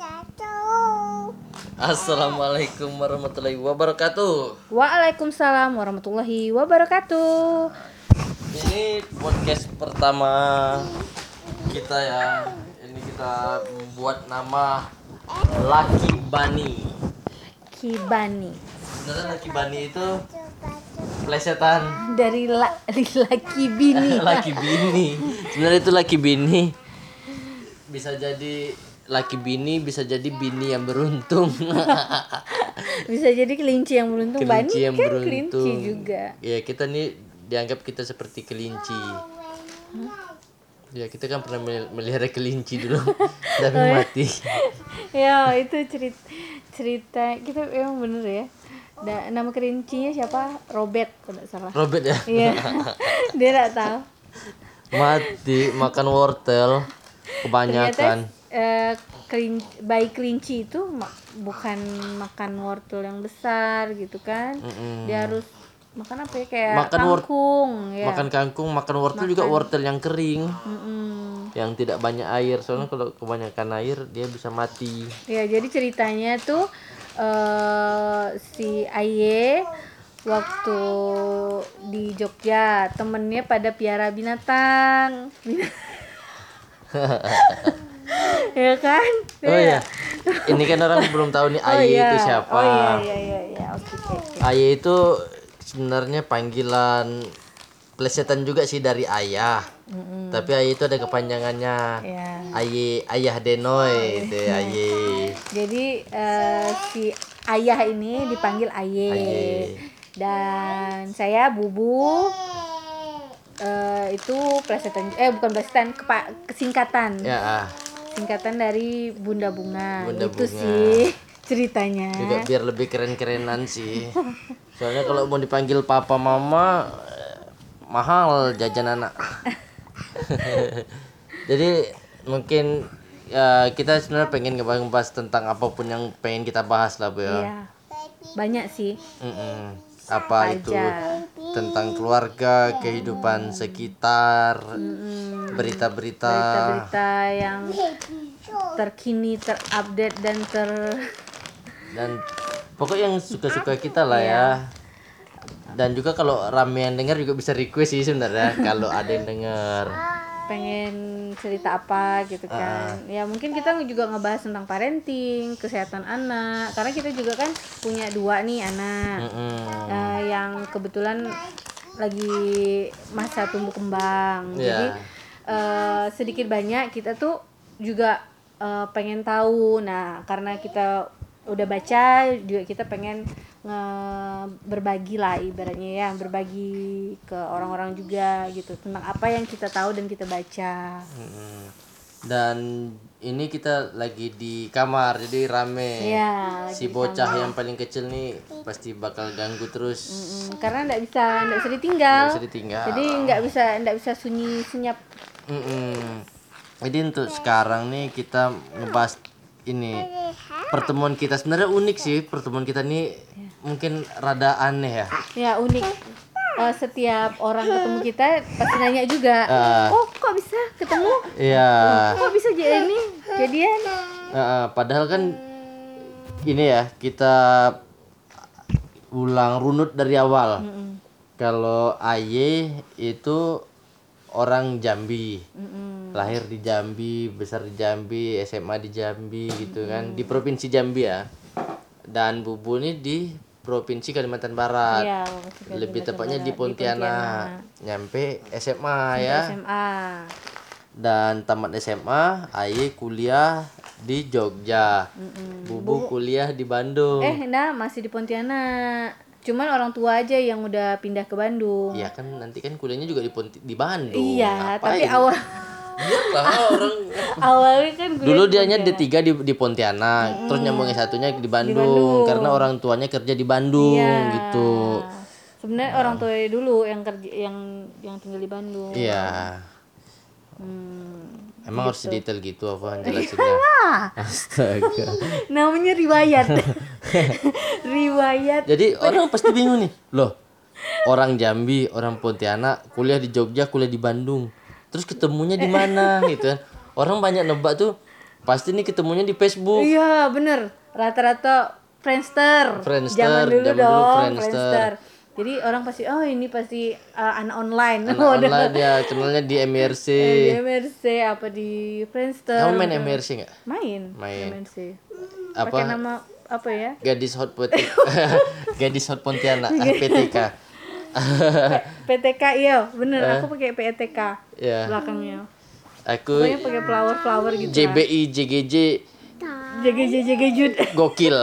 Assalamualaikum warahmatullahi wabarakatuh. Waalaikumsalam warahmatullahi wabarakatuh. Ini podcast pertama kita ya. Ini kita membuat nama Lucky Bunny. Kibani Sebenarnya Lucky Bunny itu plesetan dari laki bini. Lucky Bini. Sebenarnya itu Lucky Bini. Bisa jadi Lucky Bini, bisa jadi bini yang beruntung. Bisa jadi kelinci yang beruntung. Bani Kelinci yang kan beruntung. kelinci juga. Ya, kita nih dianggap kita seperti kelinci. Ya, kita kan pernah melihara kelinci dulu tapi mati. Ya itu cerita kita emang bener ya. Nama kelincinya siapa? Robert kalau tidak salah. Robert ya. Iya. Dia nggak tahu. Mati makan wortel kebanyakan. Bayi kelinci itu bukan makan wortel yang besar gitu kan. Dia harus makan apa ya, kayak Makan kangkung ya. Makan kangkung, makan wortel juga wortel yang kering. Yang tidak banyak air, soalnya kalau kebanyakan air dia bisa mati. Ya, jadi ceritanya tuh si Aye waktu di Jogja temennya pada piara binatang. Ya kan? Oh iya. Ini kan orang belum tahu nih Aye itu siapa. Oh iya. Oke. Aye itu sebenarnya panggilan plesetan juga sih dari ayah. Tapi Aye itu ada kepanjangannya. Ya. Aye, ayah Denoy, itu Aye. Jadi si ayah ini dipanggil Aye. Dan saya Bubu. Itu plesetan, bukan plesetan, kesingkatan. Ya, Singkatan dari Bunda Bunga. Bunda Itu Bunga. sih ceritanya. juga biar lebih keren-kerenan sih. Soalnya kalau mau dipanggil papa mama mahal jajan anak. Jadi mungkin ya kita sebenarnya pengen ngebahas tentang apapun yang pengen kita bahas lah Bu ya. Iya. Banyak sih. Apa itu tentang keluarga, kehidupan sekitar, berita-berita yang terkini, terupdate dan pokoknya yang suka-suka kita lah ya. Dan juga kalau rame yang dengar juga bisa request sih sebenarnya kalau ada yang dengar pengen cerita apa gitu kan. Ya mungkin kita juga ngebahas tentang parenting, kesehatan anak, karena kita juga kan punya 2 nih anak. Yang kebetulan lagi masa tumbuh kembang. Jadi sedikit banyak kita tuh juga pengen tahu. Nah, karena kita udah baca juga kita pengen berbagi lah ibaratnya ya, berbagi ke orang-orang juga gitu tentang apa yang kita tahu dan kita baca. Dan ini kita lagi di kamar jadi rame. Si bocah yang paling kecil nih pasti bakal ganggu terus. Karena nggak bisa ditinggal. Jadi nggak bisa sunyi senyap. Jadi untuk sekarang nih kita ngebahas ini pertemuan kita sebenarnya unik sih. Pertemuan kita nih mungkin rada aneh ya. Ya unik. Setiap orang ketemu kita pasti nanya juga. Oh kok bisa ketemu? Iya. Kok bisa jadian? Padahal kan ini ya kita ulang runut dari awal. Kalau Aye itu orang Jambi. Lahir di Jambi, besar di Jambi, SMA di Jambi gitu kan, di provinsi Jambi ya. Dan Bubu ini di provinsi Kalimantan Barat. Iya, lebih tepatnya di Pontianak. Nyampe SMA ya. SMA. Dan tamat SMA, Aye kuliah di Jogja. Bubu kuliah di Bandung. Masih di Pontianak. Cuman orang tua aja yang udah pindah ke Bandung. Iya kan, nanti kan kuliahnya juga di Bandung. Iya, Ngapain? tapi Iyalah orang awalnya kan dulu dianya D3 di Pontianak, terus nyambung S1-nya di Bandung karena orang tuanya kerja di Bandung gitu. Sebenarnya orang tuanya dulu yang kerja yang tinggal di Bandung. Iya. Emang harus detail gitu apa jelasinnya? Astaga. Namanya riwayat. Riwayat. Jadi orang pasti bingung nih. Loh, orang Jambi, orang Pontianak, kuliah di Jogja, kuliah di Bandung. Terus ketemunya di mana gitu kan. Orang banyak nebak tuh Pasti nih ketemunya di Facebook. Iya bener, rata-rata Friendster. Zaman dulu dong Friendster. Jadi orang pasti ini pasti anak online. Anak online ya, kenalnya di MRC. Di MRC apa di Friendster. Kamu main MRC nggak? Main. Main. MRC. Apa? Pakai nama apa ya? Gadis Hot Gadis Hot Pontianak, PTK. PTK iya, bener. Aku pakai PTK Ya. belakangnya. Aku Pokoknya pakai flower gitu. JBI JGJ Jud. gokil.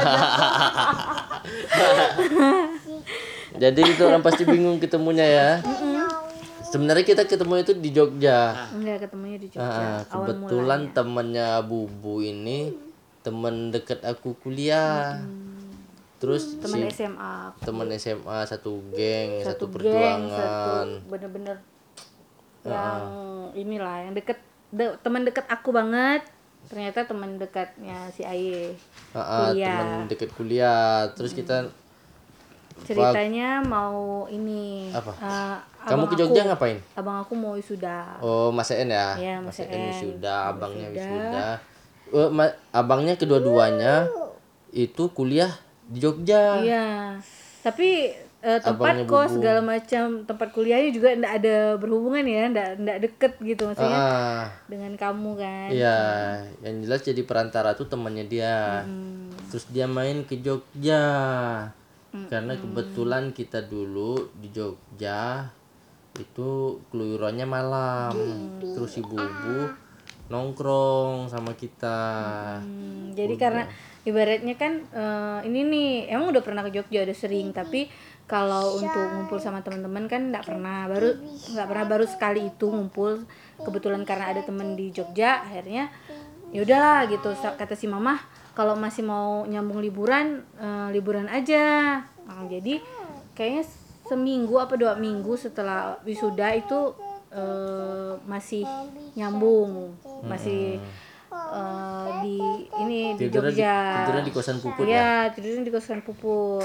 Jadi itu orang pasti bingung ketemunya ya. Sebenarnya kita ketemu itu di Jogja. Enggak, ketemunya di Jogja. Awal Kebetulan mulanya. temannya Bubu ini teman dekat aku kuliah. Terus Teman SMA. teman SMA satu geng, satu Geng, perjuangan. satu bener-bener yang inilah yang teman dekat aku banget. Ternyata teman dekatnya si Aye. Teman dekat kuliah. Terus kita ceritanya mau ini apa? Kamu ke Jogja ngapain? Abang aku mau wisuda. Oh, Mas En ya? Iya, Mas En. Wisuda, abangnya wisuda. Abangnya kedua-duanya itu kuliah di Jogja. Iya. Tapi tempat Abangnya kos Bubu. segala macam tempat kuliahnya juga enggak ada berhubungan ya, enggak deket gitu maksudnya dengan kamu kan. Iya, yang jelas jadi perantara tuh temannya dia. Terus dia main ke Jogja. Karena kebetulan kita dulu di Jogja itu keluyurannya malam. Terus si Bubu nongkrong sama kita. Jadi karena ibaratnya kan ini nih emang udah pernah ke Jogja udah sering, tapi kalau untuk ngumpul sama teman-teman kan nggak pernah, baru sekali itu ngumpul. Kebetulan karena ada temen di Jogja, akhirnya ya udahlah gitu, kata si mama kalau masih mau nyambung liburan aja. Nah, jadi kayaknya seminggu apa 2 minggu setelah wisuda itu masih nyambung, masih di Jogja. Tidurnya di kosan Puput ya? Iya, tidurnya di kosan Puput.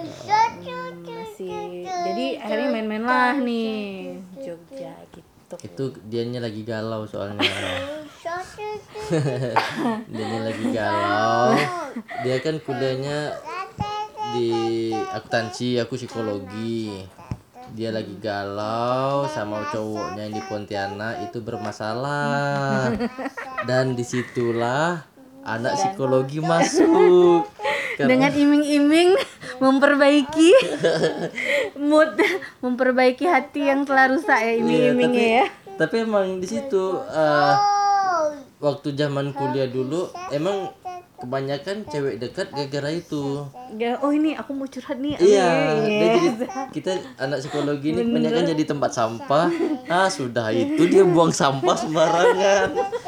Masih. Jadi akhirnya main-main lah nih Jogja gitu. Itu dianya lagi galau soalnya. Dianya lagi galau. Dia kan kuliahnya di akuntansi, aku psikologi. Dia lagi galau sama cowoknya yang di Pontianak itu bermasalah. Dan disitulah anak psikologi masuk. Dengan iming-iming memperbaiki mood, memperbaiki hati yang telah rusak ya iming-imingnya ya. Tapi emang di situ waktu zaman kuliah dulu emang kebanyakan cewek dekat gara-gara itu. Oh ini aku mau curhat nih. Iya, dia jadi kita anak psikologi ini kebanyakan jadi tempat sampah. Sudah itu dia buang sampah sembarangan.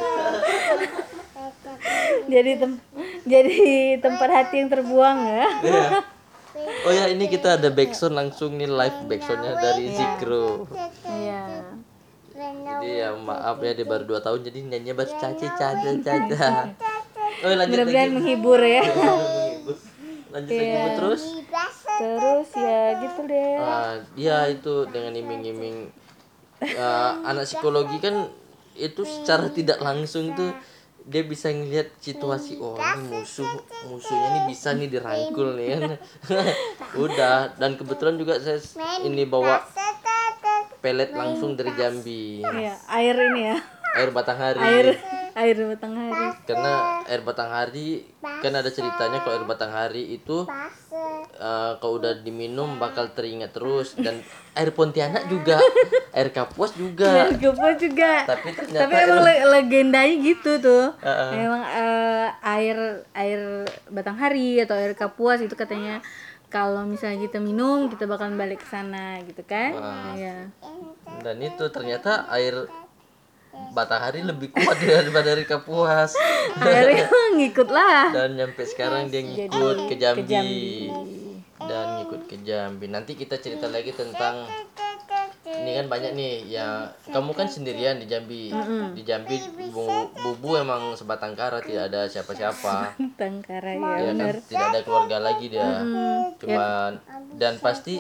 Jadi tempat hati yang terbuang ya. Iya. Oh ya, ini kita ada backsound langsung nih, live backsoundnya dari Zikro. Iya. Jadi ya maaf ya, dia baru 2 tahun jadi nyanyinya baru caca. Oh lanjut Mudah-mudahan lagi. menghibur ya. Lanjut lagi Bu, terus. Terus ya gitu deh. Ya itu dengan iming-iming anak psikologi kan itu secara tidak langsung tuh dia bisa ngelihat situasi, oh ini musuhnya nih bisa nih dirangkul nih kan. Udah, dan kebetulan juga saya ini bawa pelet langsung dari Jambi. Iya, air ini ya. Air Batanghari. Air Batanghari. Karena air Batanghari kan ada ceritanya, kalau air Batanghari itu kalau udah diminum bakal teringat terus. Dan air Pontianak juga, air Kapuas juga. Gopo juga. Tapi ternyata Tapi emang legendanya gitu tuh. Emang air Batanghari atau air Kapuas itu katanya kalau misalnya kita minum kita bakalan balik ke sana gitu kan. Iya. Dan itu ternyata air Batanghari lebih kuat daripada air Kapuas. Akhirnya ngikut lah. Dan nyampe sekarang dia ngikut ke Jambi. Dan ngikut ke Jambi. Nanti kita cerita lagi tentang ini kan banyak nih ya. Kamu kan sendirian di Jambi. Di Jambi Bubu emang sebatang kara, tidak ada siapa-siapa. Tangkara ya Ya kan, benar. tidak ada keluarga lagi dia. Cuman dan pasti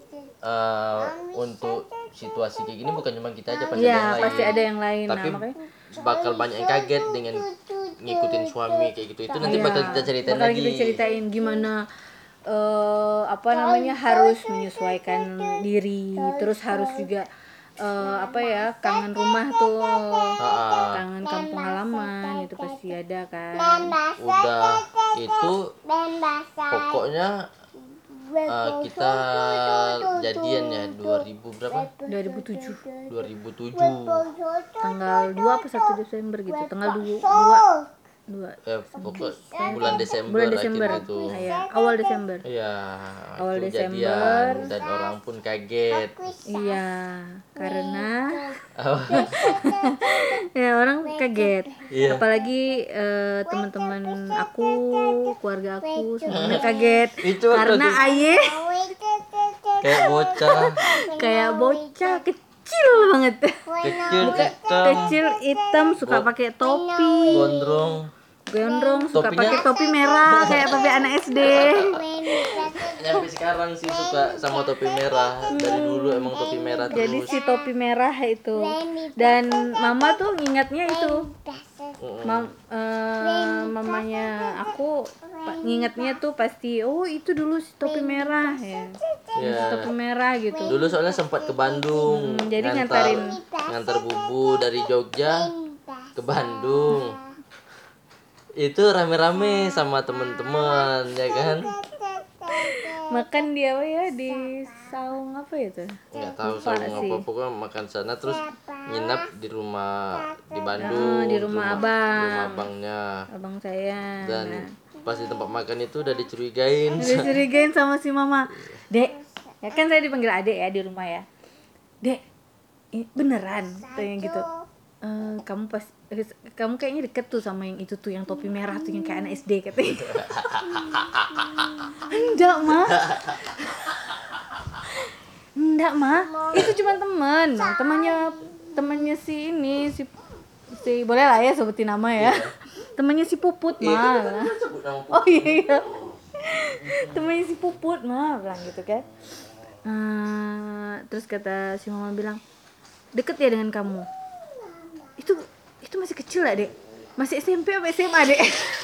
untuk situasi kayak gini bukan cuma kita aja, pasti ada Iya, yang lain. pasti ada yang lain. Tapi Nah, makanya bakal banyak yang kaget dengan ngikutin suami kayak gitu. Itu nanti Iya, bakal kita ceritain bakal lagi. kita ceritain gimana apa namanya harus menyesuaikan diri, terus harus juga apa ya, kangen rumah tuh, kangen kampung halaman itu pasti ada kan. Udah itu pokoknya kita jadian ya 2000 berapa? 2007 2007. tanggal 2 apa 1 Desember gitu, tanggal 2 Pokok bulan Desember, bulan Desember akhirnya itu. ya, awal Desember. Iya, Awal itu Desember. jadian dan orang pun kaget. Iya, karena Apa? ya orang kaget. Iya. Apalagi teman-teman aku, keluarga aku semuanya kaget. Itu Karena aku- Aye Kayak bocah kayak bocah kecil banget. kecil hitam, Kecil hitam, suka pakai topi, gondrong. suka Topinya- pakai topi merah kayak topi anak SD. Sampai sekarang sih suka sama topi merah. Dari dulu emang topi merah Jadi terus. si topi merah itu. Dan mama tuh ngingatnya itu. Mamanya aku ngingatnya tuh pasti, oh itu dulu si topi merah ya. Si Ya. topi merah gitu. Dulu soalnya sempat ke Bandung, jadi ngantar bubu dari Jogja ke Bandung. Itu rame-rame sama temen-temen ya kan. Makan dia apa ya di saung apa itu? Nggak tahu Lupa sama sih. apa, pokoknya makan sana terus nginap di rumah di Bandung, di rumah abang. rumah abangnya. Abang saya. Dan pas di tempat makan itu udah dicurigain. Dicurigain sama si mama. Dek, ya kan saya dipanggil adek ya di rumah ya. Dek, ini beneran katanya gitu. Kamu kayaknya deket tuh sama yang itu tuh, yang topi merah tuh, yang kayak anak SD katanya. Enggak mah, enggak mah, itu cuma temannya si ini, si boleh lah ya sebutin nama ya, temannya si Puput mah. Sebut nama Oh iya, temannya si Puput mah bilang gitu kan. Terus kata si mama bilang, deket ya dengan kamu. Itu masih kecil lah dek, masih SMP apa SMA dek.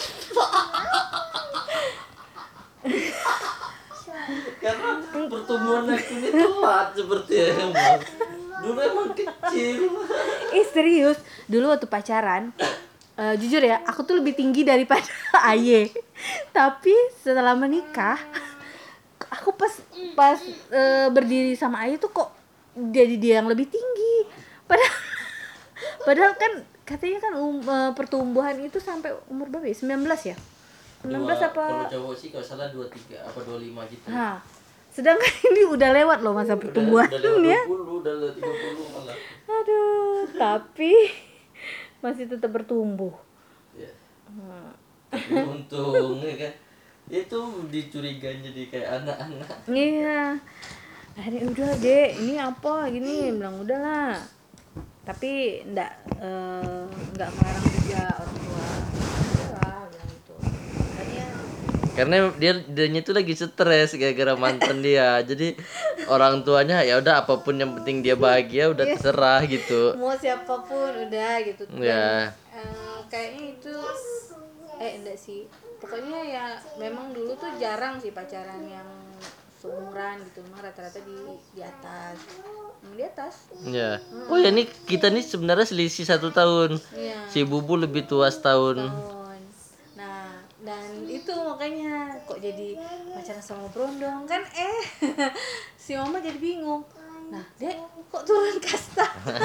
karena pertumbuhan aku ini telat seperti yang Mas. Dulu emang kecil. Serius, dulu waktu pacaran, jujur ya, aku tuh lebih tinggi daripada Aye. Tapi setelah menikah, aku pas berdiri sama Aye tuh kok jadi dia yang lebih tinggi. Padahal kan katanya kan pertumbuhan itu sampai umur berapa ya? 19 ya? 19 apa? Kalau cowok sih kalau salah 23 apa 25 gitu. Nah, sedangkan ini udah lewat loh masa pertumbuhan Udah lewat ya. 20, udah lewat 30 malah. Aduh, tapi masih tetap bertumbuh. Ya. Tapi untung ya kan. Itu dicurigain jadi kayak anak-anak. Iya. Akhirnya udah deh, ini apa gini, bilang udahlah. Tapi enggak melarang juga orang tua. Udahlah, bilang gitu. Makanya Karena dianya tuh lagi stres gara-gara mantan dia. Jadi orang tuanya ya udah apapun yang penting dia bahagia udah terserah gitu. mau siapapun udah gitu. Ya. Kayaknya itu enggak sih. Pokoknya ya memang dulu tuh jarang sih pacaran yang seumuran gitu, memang rata-rata di atas. Di atas. Ya. Oh ya, nih kita nih sebenarnya selisih 1 tahun. Iya. Si Bubu lebih tua setahun. Tahun. Nah, dan itu makanya kok jadi pacaran sama berondong kan si mama jadi bingung. Nah, Dek, kok turun kasta?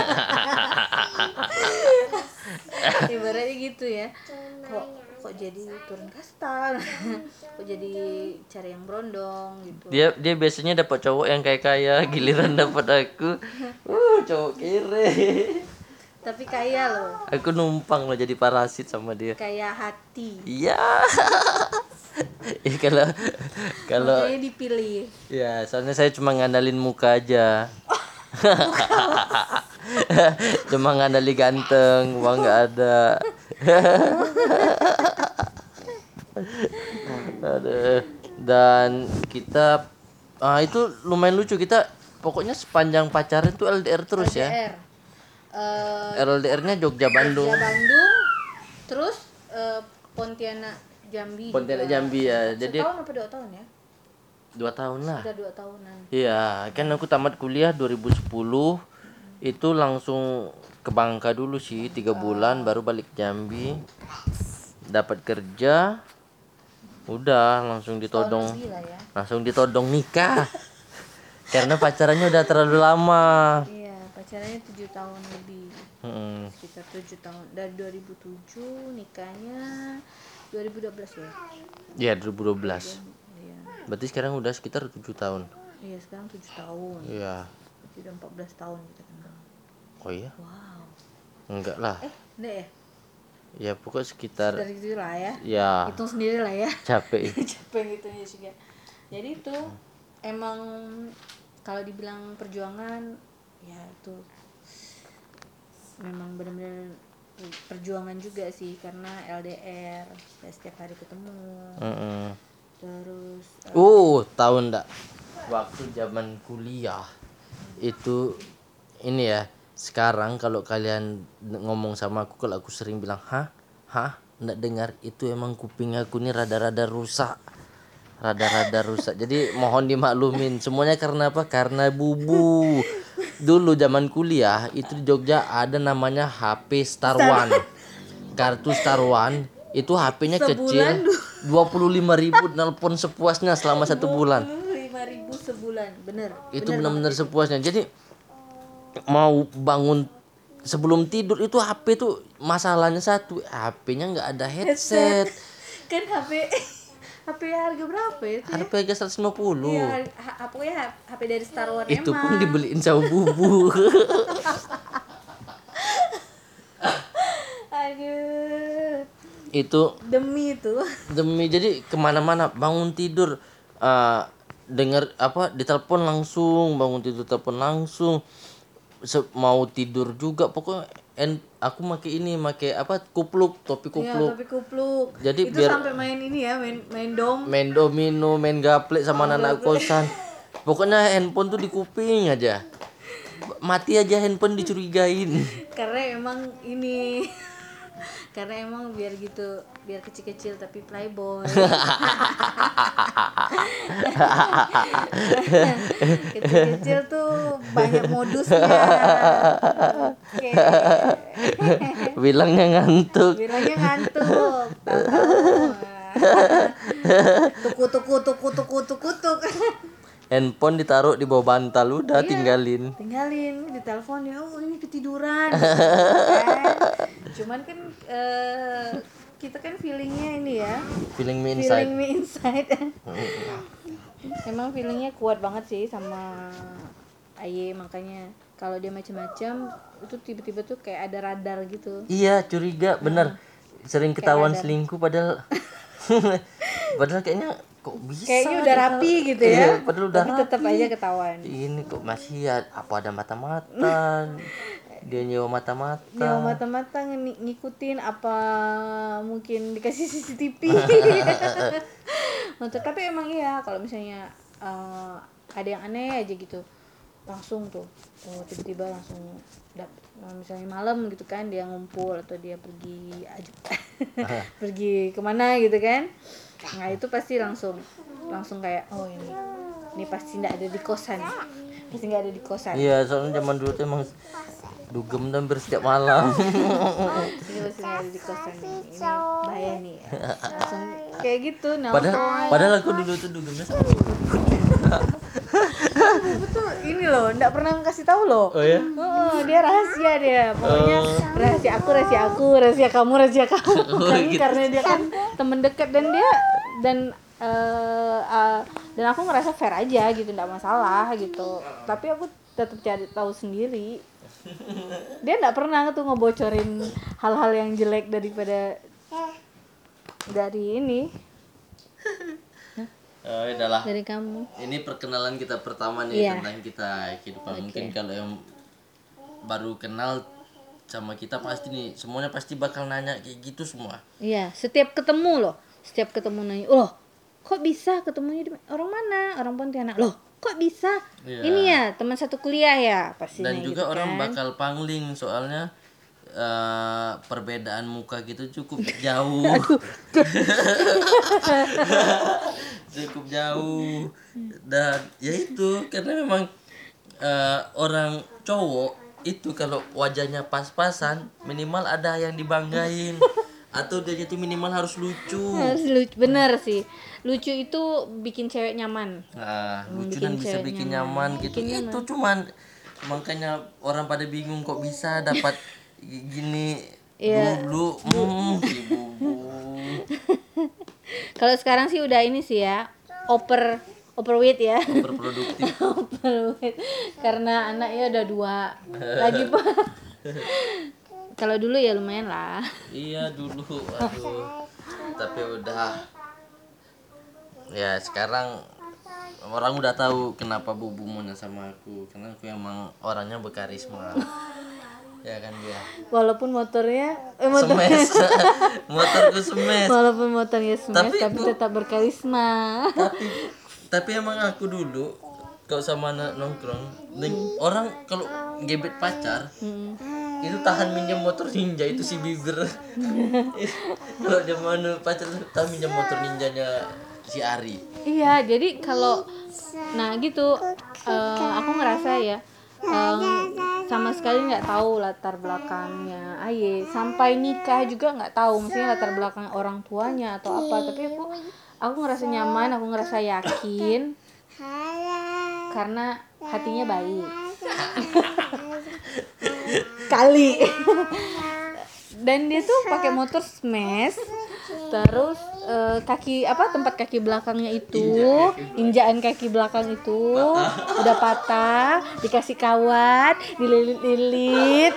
Ibaratnya gitu ya. Kok jadi turun kasta? Kok jadi cari yang berondong gitu. Dia biasanya dapat cowok yang kaya-kaya, giliran dapat aku. Cowok kere. Tapi kaya loh, Aku numpang loh jadi parasit sama dia. kayak hati. Iya. Kalau Makanya dipilih. ya, soalnya saya cuma ngandalin muka aja. Cuma ngandali ganteng, uang nggak ada. Aduh. Dan kita itu lumayan lucu, kita pokoknya sepanjang pacaran tuh LDR terus ya. LDR. LDR-nya Jogja Bandung. Jogja Bandung, terus Pontianak Jambi. Pontianak Jambi ya. Jadi setahun apa 2 tahun ya? 2 tahun lah. Udah 2 tahunan. Iya, kan aku tamat kuliah 2010. Itu langsung ke Bangka dulu sih 3 bulan baru balik Jambi. Dapat kerja. Udah langsung ditodong. Lebih lah ya. Langsung ditodong nikah. Karena pacarannya udah terlalu lama. Iya, pacarannya 7 tahun lebih. Sekitar 7 tahun. Dari 2007 nikahnya 2012 ya. Iya, 2012. Iya. Berarti sekarang udah sekitar 7 tahun. Iya, sekarang 7 tahun. Iya. Berarti udah 14 tahun kita kenal. Oh iya? Wow. Enggak lah. Enggak ya? Ya pokoknya sekitar Dari situ lah ya. ya Hitung sendiri lah ya. capek. Capek ngitungnya juga. Jadi itu emang kalau dibilang perjuangan ya itu memang benar-benar perjuangan juga sih karena LDR ya setiap hari ketemu. Terus Tahu ndak? Waktu zaman kuliah itu ini ya. Sekarang kalau kalian ngomong sama aku, kalau aku sering bilang hah ndak dengar, itu emang kuping aku nih rada-rada rusak. Jadi mohon dimaklumin semuanya. Karena apa? Karena bubu. Dulu zaman kuliah itu di Jogja ada namanya HP Star One. Kartu Star One itu HP-nya kecil. 25.000 nelpon sepuasnya selama 1 bulan. 25.000 sebulan, bener. Itu benar-benar sepuasnya. Jadi mau bangun sebelum tidur itu HP tuh masalahnya satu, HP-nya nggak ada headset. Kan HP harga berapa ya itu? HP harga 150. Iya, pokoknya HP dari Star Wars Itu emang. pun dibeliin sama bubu. Aduh. Itu demi jadi kemana-mana bangun tidur dengar apa ditelepon langsung, bangun tidur telepon langsung. Mau tidur juga pokoknya aku make apa topi kupluk. Iya, topi kupluk. Jadi itu biar sampai main ini ya, main domino, main gaplek sama anak kosan. Pokoknya handphone tuh di kuping aja. Mati aja handphone dicurigain. Karena emang ini karena emang biar gitu, biar kecil-kecil tapi playboy. Kecil-kecil tuh banyak modusnya. Oke. Bilangnya ngantuk. Tahu-tahu. Tuku. Handphone ditaruh di bawah bantal, udah tinggalin di telepon ya, ini ketiduran kan. Cuman kan kita kan feelingnya ini ya, feeling me inside. Emang feelingnya kuat banget sih sama Aye, makanya kalau dia macam-macam itu tiba-tiba tuh kayak ada radar gitu. Iya, curiga bener. Sering ketahuan selingkuh padahal kayaknya kok bisa, kayaknya udah rapi gitu ya. Padahal udah tapi tetap aja ketahuan. Ini kok masih ya, apa ada mata-mata. Dia nyewa mata-mata ngikutin, apa mungkin dikasih CCTV. Tapi emang iya kalau misalnya ada yang aneh aja gitu langsung tuh tiba-tiba langsung misalnya malam gitu kan dia ngumpul atau dia pergi pergi kemana gitu kan. Nah itu pasti langsung kayak ini pasti nggak ada di kosan. Iya, soalnya zaman dulu tuh emang dugem hampir setiap malam. Ini pasti nggak ada di kosan, ini bahaya nih ya. Langsung kayak gitu. Padahal aku dulu tuh dugemnya sama Bubu tuh ini loh, nggak pernah kasih tahu loh. Oh ya? Dia rahasia dia. Pokoknya rahasia aku, rahasia kamu. Karena dia kan temen dekat dan aku ngerasa fair aja gitu, nggak masalah gitu. Tapi aku tetap cari tahu sendiri. Dia nggak pernah tuh ngebocorin hal-hal yang jelek dari ini. Udahlah. Dari kamu. Ini perkenalan kita pertama nih tentang kita kehidupan. Okay. Mungkin kalau yang baru kenal sama kita pasti nih semuanya pasti bakal nanya kayak gitu semua. Iya, setiap ketemu nanya, "Loh, kok bisa ketemunya di orang mana? Orang Pontianak." "Loh, kok bisa?" Iya. "Ini ya, teman satu kuliah ya." Pastinya Dan juga gitu orang kan. bakal pangling soalnya perbedaan muka gitu cukup jauh. Cukup jauh. Dan ya itu karena memang orang cowok itu kalau wajahnya pas-pasan minimal ada yang dibanggain atau dia itu minimal harus lucu. Harus lucu, bener sih. Lucu itu bikin cewek nyaman. Nah, lucu bikin dan bisa cewek bikin nyaman. nyaman gitu. Bikin Itu cuman makanya orang pada bingung kok bisa dapat gini Iya. dulu. Si bubu. Kalau sekarang sih udah ini sih ya, overweight ya. Berproduktif. Overweight. Karena anaknya udah 2 lagi Pak. Kalau dulu ya lumayan lah. Iya dulu, aduh. Tapi udah. Ya sekarang orang udah tahu kenapa bubu maunya sama aku, karena aku emang orangnya berkarisma. Ya kan dia. Walaupun motornya Smash. Motorku smash. walaupun motornya smash tapi Bu- tetap berkarisma. Tapi emang aku dulu kalau sama anak nongkrong, orang kalau gebet pacar itu tahan minjem motor ninja itu si bibir. Kalau dia mau pacar tahan minjem motor ninjanya si Ari. Iya, jadi kalau gitu aku ngerasa ya sama sekali nggak tahu latar belakangnya Aye sampai nikah juga nggak tahu maksudnya latar belakang orang tuanya atau apa, tapi aku ngerasa nyaman, aku ngerasa yakin karena hatinya baik. Kali. Dan dia tuh pakai motor smash, terus tempat kaki belakangnya itu, injakan kaki belakang itu udah patah, dikasih kawat, dililit-lilit.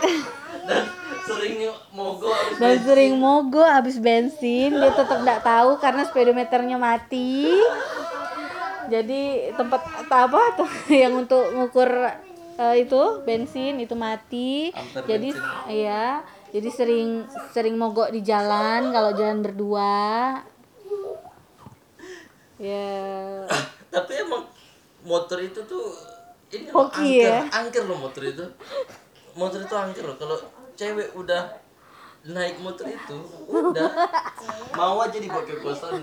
Dan sering mogok habis bensin, dia tetap enggak tahu karena speedometernya mati. Jadi tempat yang untuk ngukur itu bensin itu mati. Jadi iya, jadi sering mogok di jalan kalau jalan berdua. Ya. Tapi emang motor itu tuh ini Hoki ya? angker loh motor itu. Motor itu angker loh. Kalau cewek udah naik motor itu udah mau aja dibawa ke kosan.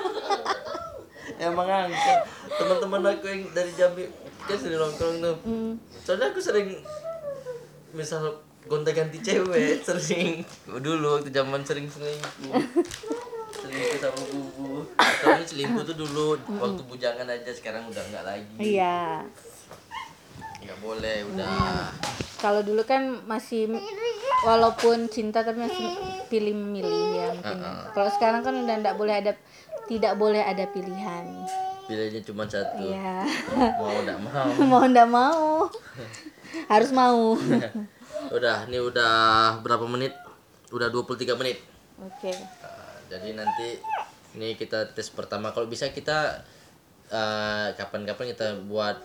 Emang angker. Teman-teman aku yang dari Jambi kan sering nongkrong tuh. Soalnya aku sering misal gonta-ganti cewek sering dulu waktu zaman sering selingkuh sama bubu. Tapi selingkuh tuh dulu waktu bujangan aja, sekarang udah enggak lagi. Iya. Enggak boleh udah. Kalau dulu kan masih walaupun cinta tapi masih pilih memilih ya mungkin. Kalau sekarang kan udah tidak boleh ada pilihan. Pilihannya cuma satu. Iya. Mau enggak mau. Mau enggak mau. Harus mau. Ini udah berapa menit? Udah 23 menit. Oke. Jadi nanti ini kita tes pertama. Kalau bisa kita kapan-kapan kita buat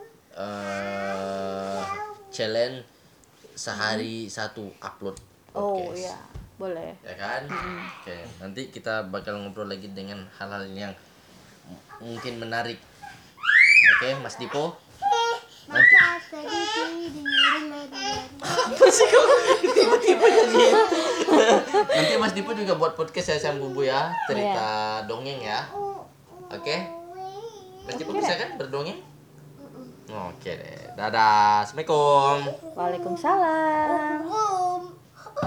challenge sehari satu upload podcast. Oh iya, boleh. Ya kan? Oke, nanti kita bakal ngobrol lagi dengan hal-hal yang mungkin menarik. Oke, Mas Dipo. Nanti masih kok tiba-tiba jadi. Nanti Mas Dipo juga buat podcast ya sama Bubu ya, cerita dongeng ya. Oke? Mas Dipo bisa kan berdongeng? Oke deh. Dadah. Assalamualaikum. Waalaikumsalam.